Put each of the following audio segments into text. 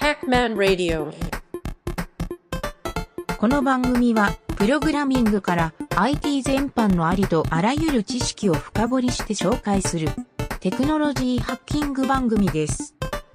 Pac-Man Radio。 この番組はプログラミングから IT 全般のありとあらゆる知識を深掘りして紹介するテクノロジーハッキング番組です。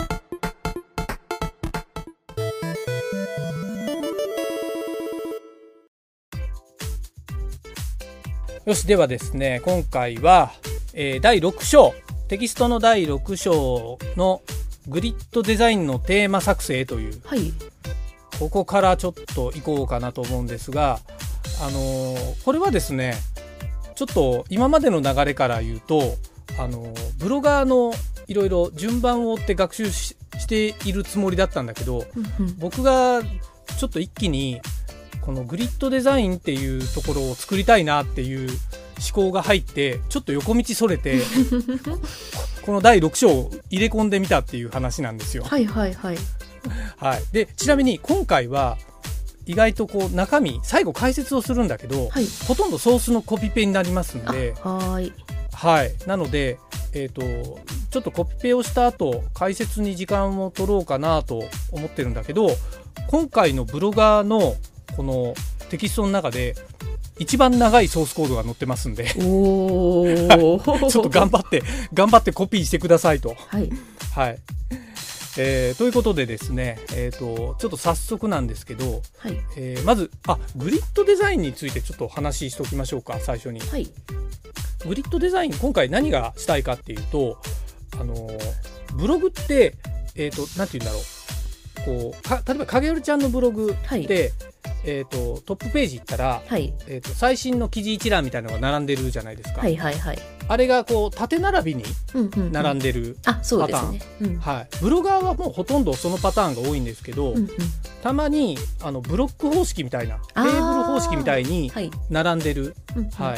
よし、ではですね、今回は、第6章、テキストの第6章のグリッドデザインのテーマ作成という、 はい、 ここからちょっと行こうかなと思うんですが、これはですね、ちょっと今までの流れから言うと、ブロガーのいろいろ順番を追って学習 しているつもりだったんだけど、僕がちょっと一気にこのグリッドデザインっていうところを作りたいなっていう思考が入ってちょっと横道それてこの第6章を入れ込んでみたっていう話なんですよ。 はいはいはい、 はい、でちなみに今回は意外とこう中身最後解説をするんだけど、 はい、 ほとんどソースのコピペになりますので、 はい、 はい、なので、ちょっとコピペをした後解説に時間を取ろうかなと思ってるんだけど、今回のブロガーのこのテキストの中で一番長いソースコードが載ってますんでおちょっと頑張ってコピーしてくださいと。 はい、 はい、ということでですね、ちょっと早速なんですけど、 はい、 まずグリッドデザインについてちょっとお話ししておきましょうか。最初に、 はい、 グリッドデザイン今回何がしたいかっていうと、ブログってなんて言うんだろう、こう例えば影織ちゃんのブログって、 はい、 トップページ行ったら、 はい、 最新の記事一覧みたいなのが並んでるじゃないですか。 はいはいはい、 あれがこう縦並びに並んでるパターン、 そうですね、 はい、ブロガーはもうほとんどそのパターンが多いんですけど、たまにブロック方式みたいなテーブル方式みたいに並んでる、はい、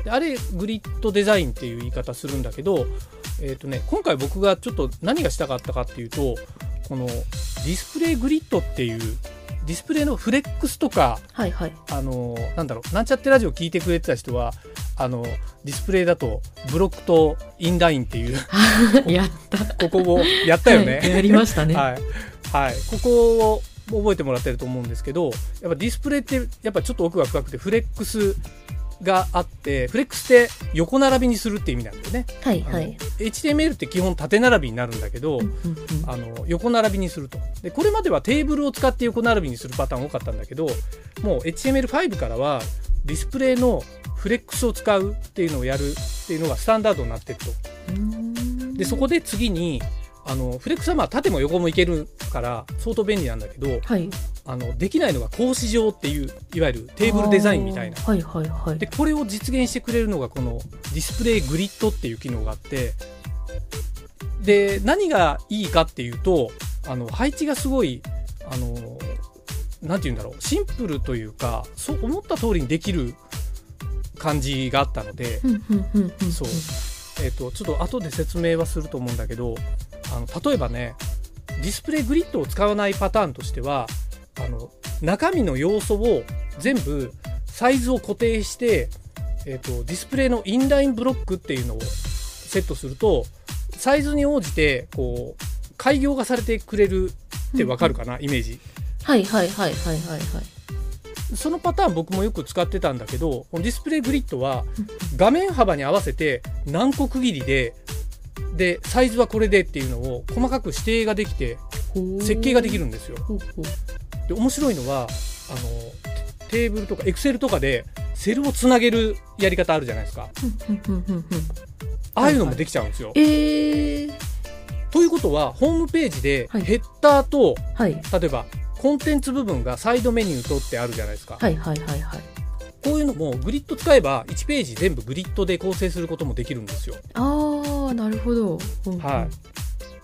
であれグリッドデザインっていう言い方するんだけど、今回僕がちょっと何がしたかったかっていうと、このディスプレイグリッドっていうディスプレイのフレックスとか、 はいはい、 なんだろう、なんちゃってラジオ聞いてくれてた人はディスプレイだとブロックとインラインっていうやったここをやったよね、 はい、やりましたねはいはい、ここを覚えてもらってると思うんですけど、やっぱディスプレイってやっぱちょっと奥が深くてフレックスがあって、フレックスって横並びにするって意味なんだよね。 はいはい、 HTML って基本縦並びになるんだけど、横並びにすると。でこれまではテーブルを使って横並びにするパターン多かったんだけど、もう HTML5 からはディスプレイのフレックスを使うっていうのをやるっていうのがスタンダードになってると。でそこで次にフレックスはまあ縦も横もいけるから相当便利なんだけど、 はい、 できないのが格子状っていういわゆるテーブルデザインみたいな、 はいはいはい、 でこれを実現してくれるのがこのディスプレイグリッドっていう機能があって、で何がいいかっていうと配置がすごいなんていうんだろう、シンプルというか、そう思った通りにできる感じがあったので、そうちょっと後で説明はすると思うんだけど、例えばね、ディスプレイグリッドを使わないパターンとしては、中身の要素を全部サイズを固定して、ディスプレイのインラインブロックっていうのをセットすると、サイズに応じてこう改行がされてくれるってわかるかな、イメージ。 はいはいはいはいはいはい。 そのパターン僕もよく使ってたんだけど、このディスプレイグリッドは画面幅に合わせて何個区切りでサイズはこれでっていうのを細かく指定ができて設計ができるんですよ。で面白いのはテーブルとかエクセルとかでセルをつなげるやり方あるじゃないですか。ああいうのもできちゃうんですよ。ということはホームページでヘッダーと、例えばコンテンツ部分がサイドメニューとってあるじゃないですか。こういうのもグリッド使えば1ページ全部グリッドで構成することもできるんですよ。 ああ、なるほど。 はい。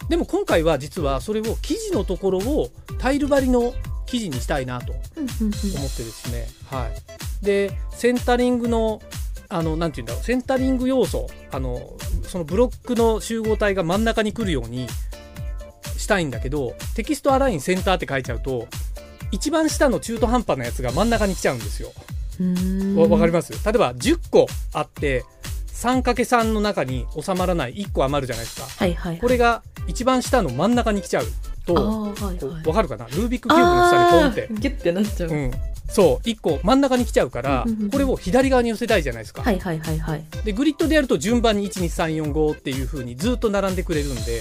でも今回は実はそれを記事のところをタイル張りの記事にしたいなと思ってですね。はい。でセンタリングのなんていうんだろう、センタリング要素、そのブロックの集合体が真ん中に来るようにしたいんだけど、テキストアラインセンターって書いちゃうと一番下の中途半端なやつが真ん中に来ちゃうんですよ。わかります？例えば10個あって 3×3 の中に収まらない1個余るじゃないですか。これが一番下の真ん中に来ちゃうと、 はいはい。 わかるかな、ルービックキューブの下にポンってギュッてなっちゃう。 そう1個真ん中に来ちゃうから、これを左側に寄せたいじゃないですか。 はいはいはいはい。 でグリッドでやると順番に12345っていう風にずっと並んでくれるんで、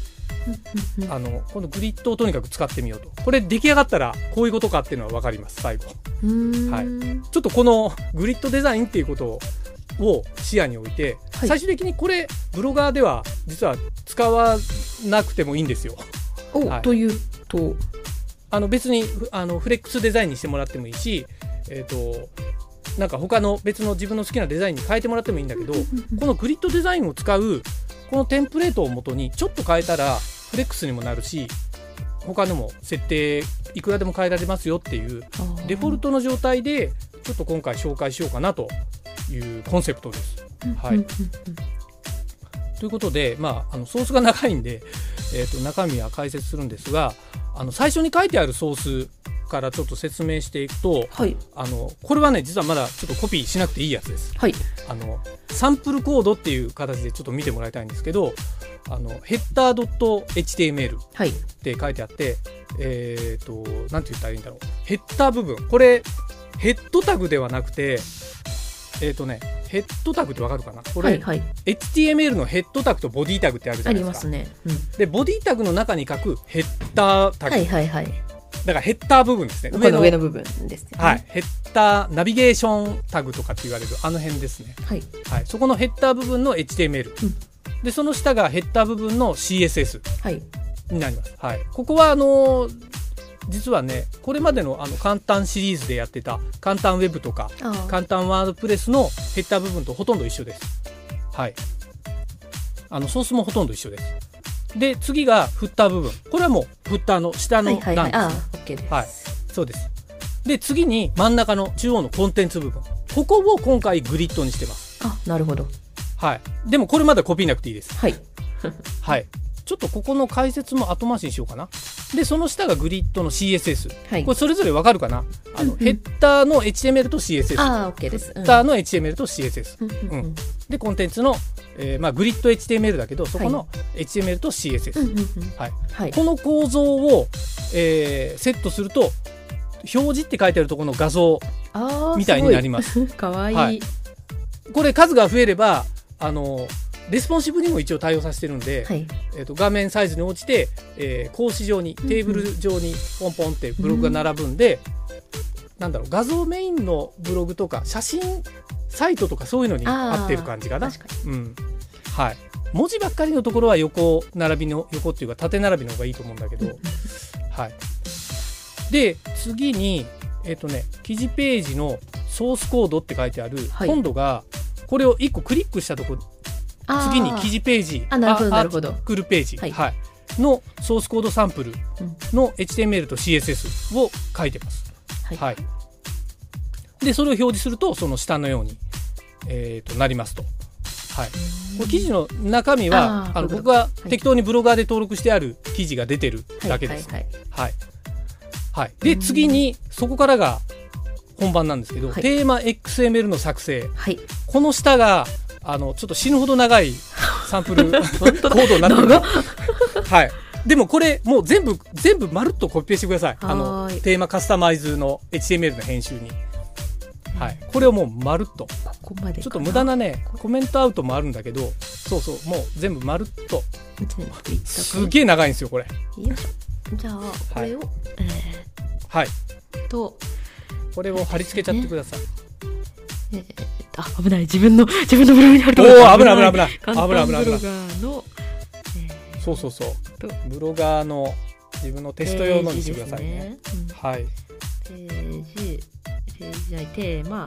このグリッドをとにかく使ってみようと。これ出来上がったらこういうことかっていうのは分かります最後。はい、ちょっとこのグリッドデザインっていうことを視野に置いて、はい、最終的にこれブロガーでは実は使わなくてもいいんですよ。 はい、というと別にフレックスデザインにしてもらってもいいし、なんか他の別の自分の好きなデザインに変えてもらってもいいんだけどこのグリッドデザインを使うこのテンプレートを元にちょっと変えたらフレックスにもなるし他のも設定いくらでも変えられますよっていうデフォルトの状態でちょっと今回紹介しようかなというコンセプトです。はい、ということで、ソースが長いんで、中身は解説するんですが最初に書いてあるソースからちょっと説明していくと、はい、これはね実はまだちょっとコピーしなくていいやつです。はい、サンプルコードっていう形でちょっと見てもらいたいんですけどヘッダー .html って書いてあって、なんて言ったらいいんだろう、ヘッダー部分これヘッドタグではなくてヘッドタグってわかるかなこれ、はいはい、HTML のヘッドタグとボディタグってあるじゃないですか。ありますね。でボディタグの中に書くヘッダータグ、はいはいはい、だからヘッダー部分ですね。 上の部分ですね。 はい、ヘッダーナビゲーションタグとかって言われるあの辺ですね。はいはい、そこのヘッダー部分の HTML、でその下がヘッダー部分の CSS になります。はい、ここは実はねこれまでの簡単シリーズでやってた簡単ウェブとか簡単ワードプレスのヘッダー部分とほとんど一緒です。はい、ソースもほとんど一緒です。で次がフッター部分、これはもうフッターの下の段ですね。はい、そうです。で次に真ん中の中央のコンテンツ部分、ここを今回グリッドにしてます。 あ、なるほど。はい、 でもこれまだコピーなくていいです。 はいはい、ちょっとここの解説も後回しにしようかな。でその下がグリッドの CSS、はい、これそれぞれ分かるかな、ヘッダーの HTML と CSS、 OK です。 ヘッダーの HTML と CSS、でコンテンツの、グリッド HTML だけどそこの HTML と CSS、はいはい、この構造を、セットすると表示って書いてあるところの画像みたいになります。 かわいい、 はい、これ数が増えればレスポンシブにも一応対応させてるんで、はい、画面サイズに応じて、格子状にテーブル上にポンポンってブログが並ぶんで、なんだろう、画像メインのブログとか写真サイトとかそういうのに合ってる感じかな。確かに、はい、文字ばっかりのところは横並びの横っていうか縦並びの方がいいと思うんだけど、はい、で次に記事ページのソースコードって書いてある、はい、今度がこれを1個クリックしたところ、次に記事ページ、アーティクルページ、はいはい、のソースコードサンプルの HTML と CSS を書いてます。はいはい、でそれを表示するとその下のように、なりますと。はい、これ記事の中身は僕が適当にブロガーで登録してある記事が出てるだけです。はいはいはい、で次にそこからが本番なんですけど、はい、テーマ XML の作成、はい、この下がちょっと死ぬほど長いサンプルコードになってるはい、でもこれもう全部まるっとコピペしてください。テーマカスタマイズの HTML の編集に、はい、これをもうまるっと、ここまでちょっと無駄なねコメントアウトもあるんだけど、そうそう、もう全部まるっとすげえ長いんですよこれ。 よいしょ。じゃあこれを、 はい、これを貼り付けちゃってください。 危ない、自分のブログに貼ると危ない簡単ブロガーの、 そうブロガーの自分のテスト用のにしてくださいね。はい、 ページテーマ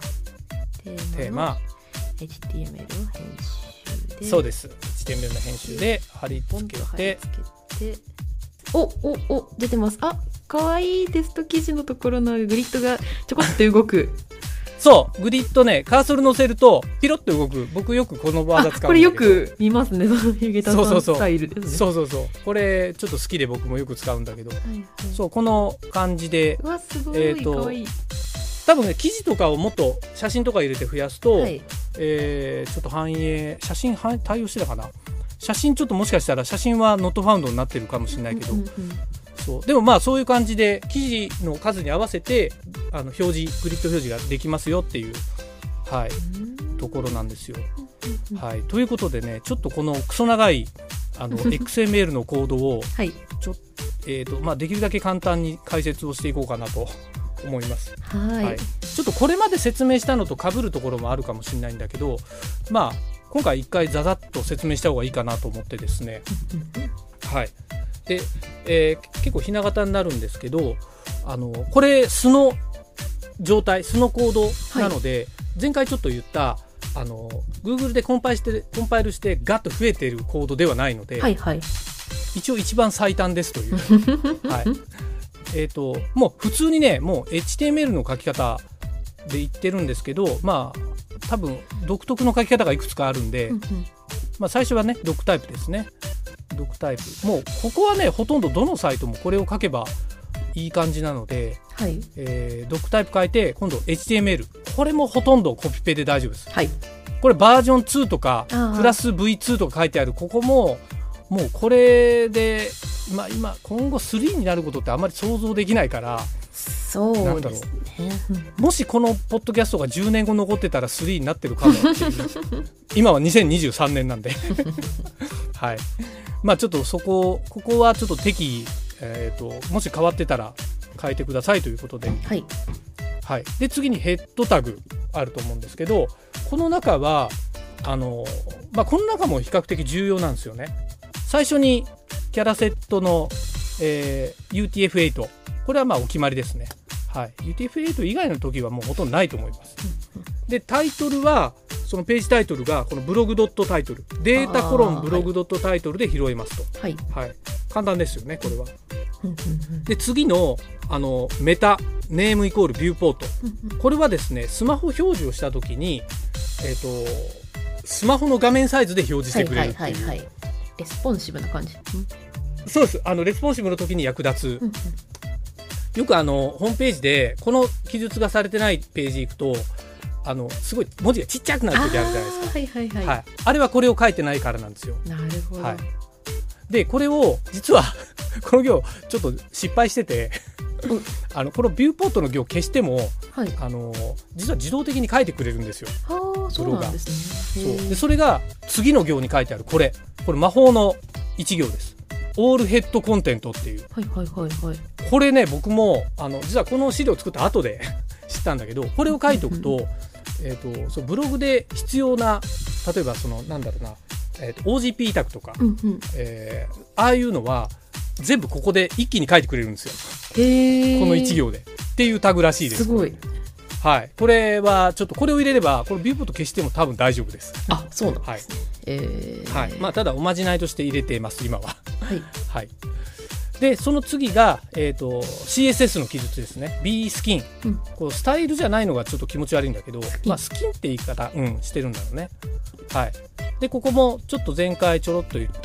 HTML の編集で、 そうです、 HTML の編集で貼り付けて、 お出てます。あ、かわいい。テスト記事のところのグリッドがちょこっと動くそうグリッドね、カーソル乗せるとピロッと動く。僕よくこのワード使うんだけど、 これよく見ますね、そのヒゲタさんスタイルですね。 そうこれちょっと好きで僕もよく使うんだけど、はいはい、そうこの感じで、 うわすごいかわいい。 多分ね記事とかをもっと写真とか入れて増やすと、はい、ちょっと反映写真対応してたかな。写真ちょっともしかしたら写真はノットファウンドになってるかもしれないけど、 そうでもまあそういう感じで記事の数に合わせて表示グリッド表示ができますよっていう、はい、ところなんですよ。はい、ということでね、ちょっとこのクソ長いXML のコードをはい、 まあ、できるだけ簡単に解説をしていこうかなと思います。 はい、 はい、ちょっとこれまで説明したのと被るところもあるかもしれないんだけど、まあ今回一回ザザッと説明した方がいいかなと思ってですね、はい、で、結構ひな形になるんですけど、これ素の状態、素のコードなので、前回ちょっと言ったGoogle でコンパイルしてガッと増えているコードではないので、 はいはい、 一応一番最短ですという、はい、もう普通にね、もう HTML の書き方で言ってるんですけど、まあ多分独特の書き方がいくつかあるんで、まあ、最初はねドックタイプですね。ドックタイプもうここはねほとんどどのサイトもこれを書けばいい感じなので、 はい、 ドックタイプ変えて今度 HTML、 これもほとんどコピペで大丈夫です。 はい、 これバージョン2とかプラス V2 とか書いてある、ここももうこれで、まあ、今後3になることってあんまり想像できないから、 そうですね。 もしこのポッドキャストが10年後残ってたら3になってるかもっていう今は2023年なんではい、まあちょっとここはちょっと適宜、もし変わってたら変えてくださいということで、 はいはい、で次にヘッドタグあると思うんですけど、この中はまあ、この中も比較的重要なんですよね。最初にキャラセットの、UTF-8、 これはまあお決まりですね。はい、UTF-8 以外の時はもうほとんどないと思います。でタイトルはそのページタイトルがこのブログドットタイトル、データコロンブログドットタイトルで拾えますと。 はいはい、簡単ですよねこれは。で次のメタネームイコールビューポート、これはですねスマホ表示をした時に、スマホの画面サイズで表示してくれるっていう、 はいはいはいはい、レスポンシブな感じ。 そうです。レスポンシブの時に役立つ、よくホームページでこの記述がされてないページ行くとすごい文字がちっちゃくなる時あるじゃないですか。 はいはいはい、 はい、あれはこれを書いてないからなんですよ。 なるほど、 はい、でこれを実はこの行ちょっと失敗しててこのビューポートの行消しても、はい、実は自動的に書いてくれるんですよ。 はあ、そうなんですね。 そうでそれが次の行に書いてあるこれ魔法の1行です。オールヘッドコンテントっていう、 はいはいはいはい、 これね僕も実はこの資料を作った後で知ったんだけど、これを書いておくと、そうブログで必要な、例えばなんだろうな、OGP タグとか、ああいうのは全部ここで一気に書いてくれるんですよ。 へー、 この1行でっていうタグらしいです。 すごい。 はい、これはちょっとこれを入れればこのビューポート消しても多分大丈夫です。 あ、そうなんですね。 はい、まあ、ただおまじないとして入れてます今は。 はいはい、でその次が、CSS の記述ですね。 B スキン、こうスタイルじゃないのがちょっと気持ち悪いんだけど、まあ、スキンって言い方、してるんだろうね。はい、でここもちょっと前回ちょろっと言った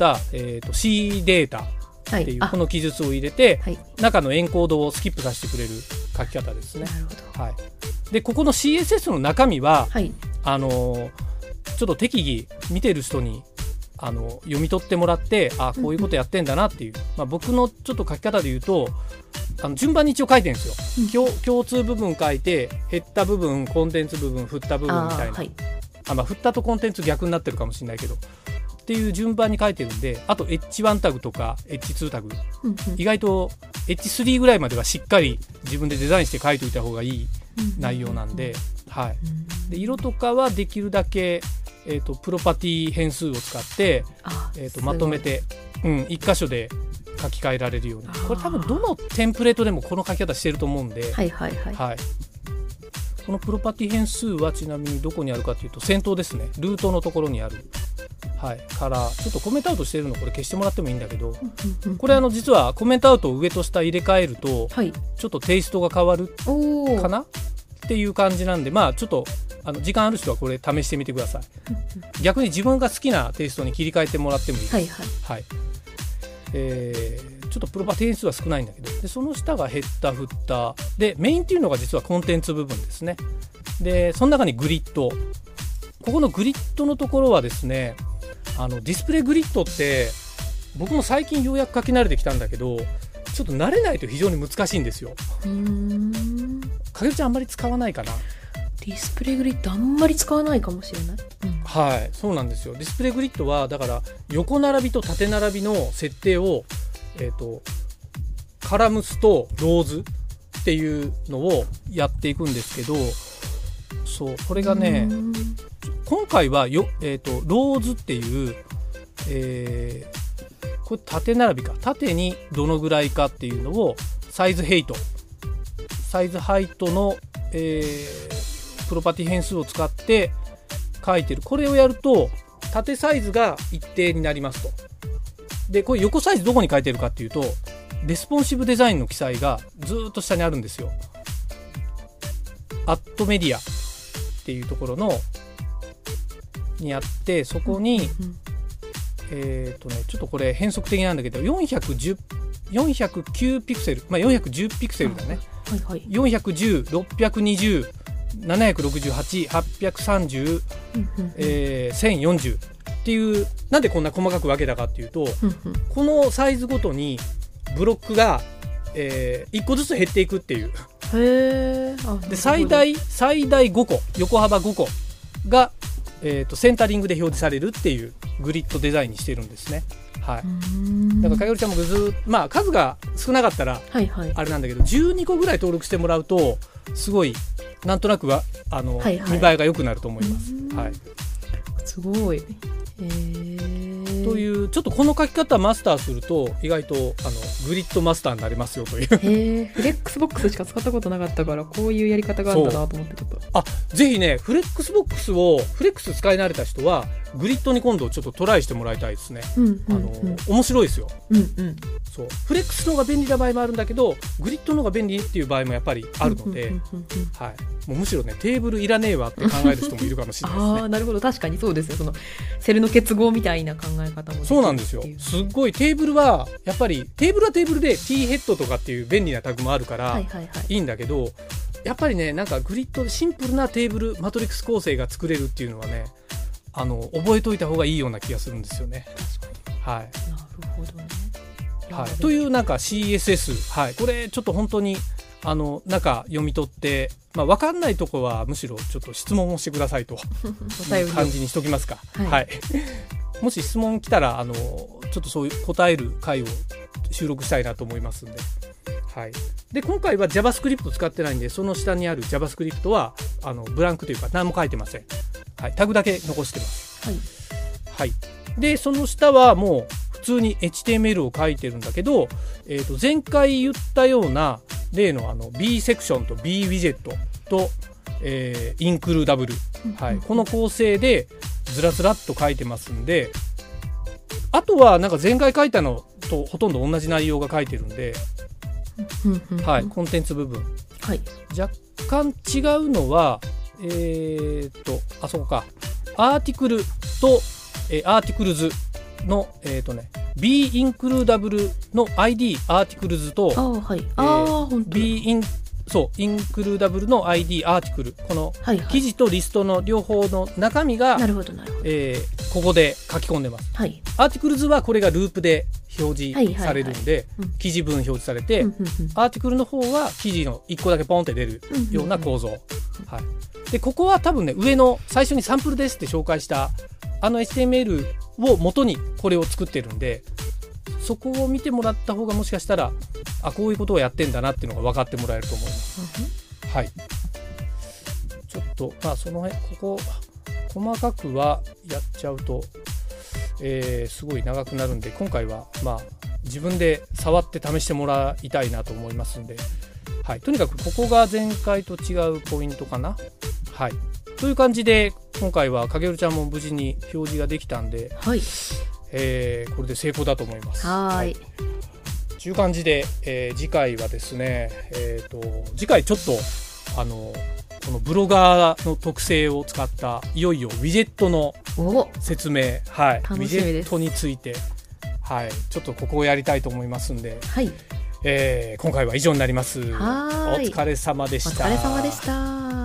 、C データっていうこの記述を入れて、はい、中のエンコードをスキップさせてくれる書き方ですね。 なるほど。 はい、でここの CSS の中身は、 はい、 ちょっと適宜見てる人に読み取ってもらって、あ、こういうことやってんだなっていう、まあ、僕のちょっと書き方で言うと順番に一応書いてるんですよ。共通部分書いて、減った部分、コンテンツ部分、振った部分みたいな、はい、まあ、振ったとコンテンツ逆になってるかもしれないけどっていう順番に書いてるんで、あと H1 タグとか H2 タグ、意外と H3 ぐらいまではしっかり自分でデザインして書いておいた方がいい内容なんで、はい、で色とかはできるだけプロパティ変数を使って、まとめて、1箇所で書き換えられるように。これ多分どのテンプレートでもこの書き方してると思うんで、 はいはいはいはい、 このプロパティ変数はちなみにどこにあるかというと先頭ですね。ルートのところにある、はい、からちょっとコメントアウトしてるのこれ消してもらってもいいんだけど、これ実はコメントアウトを上と下入れ替えると、はい、ちょっとテイストが変わるかなっていう感じなんで、まあちょっと時間ある人はこれ試してみてください。逆に自分が好きなテイストに切り替えてもらってもいいです。はいはいはい、ちょっとプロパティ変数は少ないんだけど、でその下がヘッダフッターで、メインっていうのが実はコンテンツ部分ですね。でその中にグリッド、ここのグリッドのところはですね、ディスプレイグリッドって僕も最近ようやく書き慣れてきたんだけど、ちちょっと慣れないと非常に難しいんですよ。かげるちゃんあんまり使わないかな。 ディスプレイグリッドあんまり使わないかもしれない、 はい、そうなんですよ。ディスプレイグリッドはだから横並びと縦並びの設定を、カラムスとローズっていうのをやっていくんですけど、そうこれがね今回はローズっていう、これ縦並びか、縦にどのぐらいかっていうのをサイズハイトの、プロパティ変数を使って書いてる。これをやると縦サイズが一定になりますと。でこれ横サイズどこに書いてるかっていうと、レスポンシブデザインの記載がずっと下にあるんですよ。アットメディアっていうところのにあって、そこに、ちょっとこれ変則的なんだけど409ピクセル、410ピクセルだね、410、620、768、830、1040っていう、なんでこんな細かく分けたかっていうと、このサイズごとにブロックが、1個ずつ減っていくっていう。で最大5個、横幅5個が、センタリングで表示されるっていうグリッドデザインにしてるんですね。はい、だからかげるちゃんも数が少なかったらあれなんだけど、12個ぐらい登録してもらうとすごいなんとなくは見栄えが良くなると思います。 すごい、 というちょっとこの書き方マスターすると意外とグリッドマスターになりますよという。フレックスボックスしか使ったことなかったから、こういうやり方があるんだなと思って、ちょっとぜひねフレックスボックスを使い慣れた人はグリッドに今度ちょっとトライしてもらいたいですね。面白いですよ。そうフレックスの方が便利な場合もあるんだけど、グリッドの方が便利っていう場合もやっぱりあるので、もうむしろねテーブルいらねえわって考える人もいるかもしれないですね。 なるほど、確かにそうですよ。そのセルの結合みたいな考え方もそうなんですよ。すっごいテーブルはやっぱりテーブルはテーブルで T ヘッドとかっていう便利なタグもあるからいいんだけど、やっぱりねなんかグリッドでシンプルなテーブルマトリックス構成が作れるっていうのはね覚えといた方がいいような気がするんですよね。なるほどね。 というなんか CSS、これちょっと本当に中読み取って、分かんないとこはむしろちょっと質問をしてくださいという感じにしときますか。もし質問来たらちょっとそういう答える回を収録したいなと思いますんで。で今回は JavaScript 使ってないんで、その下にある JavaScript はブランクというか何も書いてません。タグだけ残してます。でその下はもう普通に HTML を書いてるんだけど、前回言ったような例のB セクションと B ウィジェットと、インクルーダブル、この構成でずらずらっと書いてますんで、あとはなんか前回書いたのとほとんど同じ内容が書いてるんで、コンテンツ部分、若干違うのはそこか、アーティクルと、アーティクルズのB インクルーダブルの ID アーティクルズとB インクルーダブルの ID アーティクル、この記事とリストの両方の中身がここで書き込んでます。アーティクルズはこれがループで表示されるんで、記事分表示されて、アーティクルの方は記事の1個だけポンって出るような構造。でここは多分ね、上の最初にサンプルですって紹介したHTML を元にこれを作ってるんで、そこを見てもらった方がもしかしたらこういうことをやってんだなっていうのが分かってもらえると思います。ちょっとその辺ここ細かくはやっちゃうと、すごい長くなるんで、今回は自分で触って試してもらいたいなと思いますんで、とにかくここが前回と違うポイントかな。という感じで今回はかげるちゃんも無事に表示ができたんで、これで成功だと思います。という感じで、次回はですね、次回ちょっとこのブロガーの特性を使ったいよいよウィジェットの説明、ウィジェットについて、ちょっとここをやりたいと思いますんで、今回は以上になります。お疲れ様でした。 お疲れ様でした。